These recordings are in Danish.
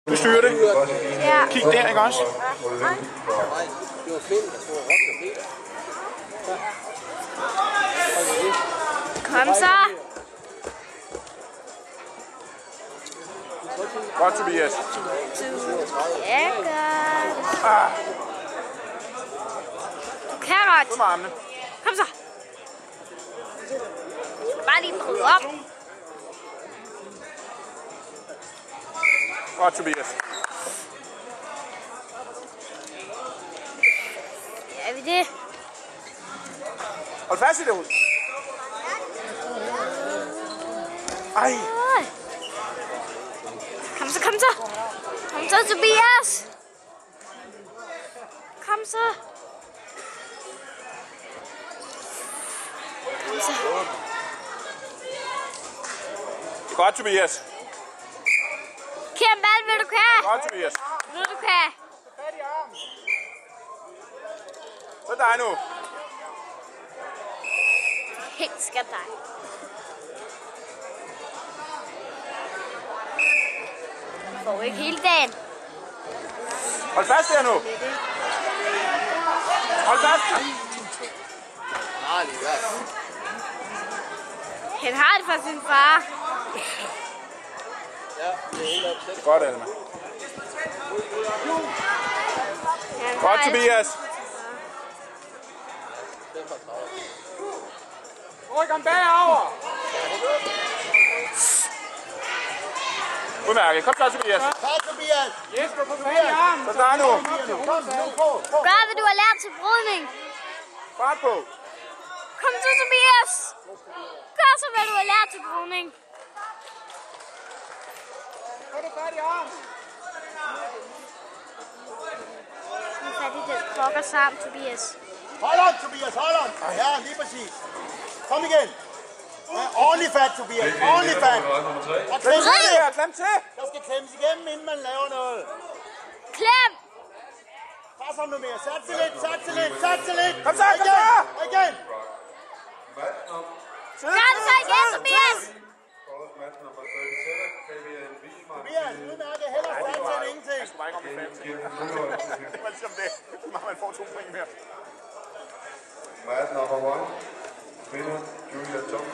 Du styrer det. Ja. Kig der, ikke også? Kom så. Godt, Tobias. Ja, godt. Du kan godt. Ud med armene. Kom så. Bare lige prøve op. Godt, Tobias. Ja, vi det. Hold fast i det ud. Ej. Kom så, kom så. Kom så, Tobias. Kom så. Kom så. Det er godt, Tobias. Kæmpe, vil du kan? Godt, Tobias. Vil du kan? Så er dig nu. Helt skal dig. Får ikke hele dagen. Hold fast der nu. Hold fast. Han har det fra sin far. Det er godt, Alma. Godt, Tobias. Ryk ham bagover. Udmærket. Kom så, Tobias. Kom, Tobias. Jesper, på fat i armen. Så der nu. Gør, hvad du har lært til brydning. Fart på. Kom så, Tobias. Gør så, hvad du har lært til brydning. Få du fat i armen. Nu fat i den klokker sammen, Tobias. Hold on, Tobias, hold on. Ja, lige præcis. Kom igen. Ja, ordentlig fat, Tobias. Ordentlig fat. Og klem til her, klem til. Der skal klemmes igennem, inden man laver noget. Klem. Pas ham nu mere. Sats lidt, sats lidt, sats lidt. Kom så, kom så. Og igen. Gør det så igen, Tobias. Tobias, udmærket. Hellere sats end ingenting. Jeg skulle bare ikke om i 5 til. Det var ligesom det. Man får 2 point mere. Mat number 1, winner Julia Thomas.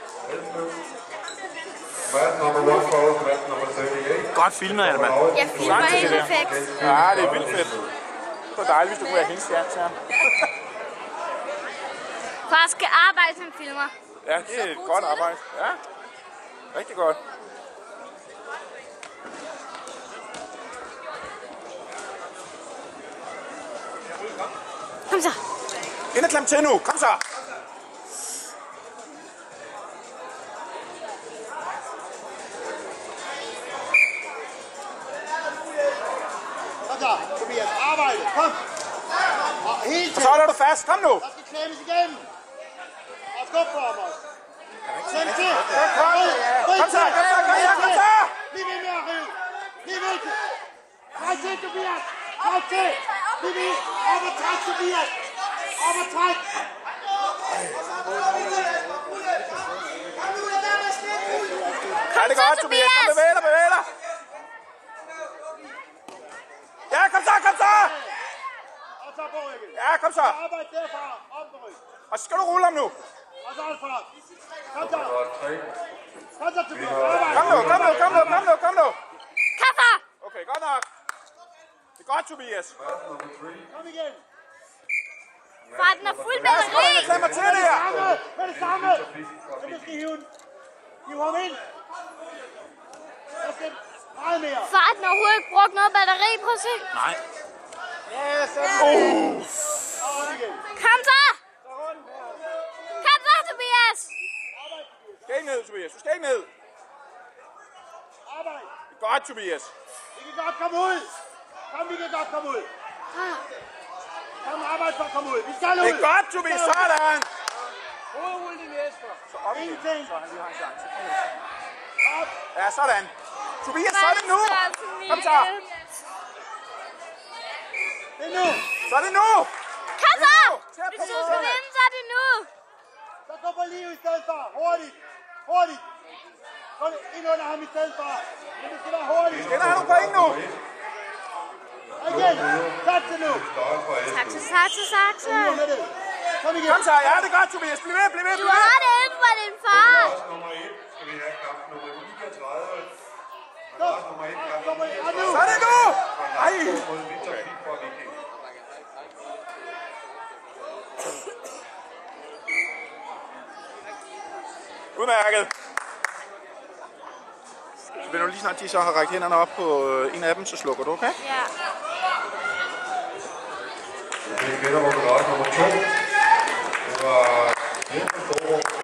Mat number 1 follows mat number 38. Godt filmet, Alma. Jeg filmer helt perfekt. Ja, det er vildt fedt. Det var dejligt, hvis du kunne være hendes chance her. Far skal arbejde som filmer. Ja, det er et godt arbejde. Ja, rigtig godt. Kom så. Ind og klem til nu. Kom så. Kom så, Tobias. Arbejde. Kom. Og helt Og til. så holder du fast. Kom nu. Der skal klemmes igennem. Og skub for ham også. Send til. Kom så, kom så, kom så, kom så. Bliv ved med at rive. Bliv ved. Træk til, Tobias. Træk til. Bliv ved. Op og træk, Tobias. Op og træk. Ja, det er godt, Tobias. Kom, bevæg dig, bevæg dig. Ja, kom så, kom så. Og så på ryggen. Ja, kom så. Arbejde derfra. Op på ryggen. Og så skal du rulle ham nu. Og så hold frem. Kom så. Kom så, Tobias. Arbejde. Kom nu, kom nu, kom nu, kom nu, kom nu. Kaffe. Okay, godt nok. Det er godt, Tobias. Kom igen. Far, den er fuld batteri. Klem mig til det her. Med det samme. Så du skal hive den. Hive ham ind. Der skal meget mere. Far, den har overhovedet ikke brugt noget batteri. Prøv at se. Nej. Og igen. Kom så. Kom så, Tobias. Du skal ikke ned, Tobias. Du skal ikke ned. Arbejde. Det er godt, Tobias. Vi kan godt komme ud. Kom, vi kan godt komme ud. Kom, arbejde for at komme ud. Vi skal ud. Det er godt, Tobias. Sådan. Hovedrulling, Jesper. Så op igen, Ingenting. så han lige har en chance. Op. Ja, sådan. Tobias, så er det nu. Kom så. Det er nu. Så er det nu. Kom så. Til at Hvis du putte skal ud. vinde, så er det nu. Så gå på liv i stedet for. Hurtigt. Hurtigt. Kom ind under ham i stedet for. Men det skal være hurtigt. Skinner har nogle point nu. Igen. Satse nu. Sakse, sakse, sakse. Kom igen. Kom så, ja, det er godt, Tobias. Bliv ved, bliv ved, Du bliv ved. har det inde for din far. Nummer 1 skal vi have kamp nummer 39. Nummer 1 kamp Kom igen. Og nu. Så er det nu. Ej. mod Victor Kiefer Viking. Udmærket. Så vil du lige snart, de så har rækket hænderne op på en af dem, så slukker du, okay? Ja. Vi kender vores nummer 2. Det var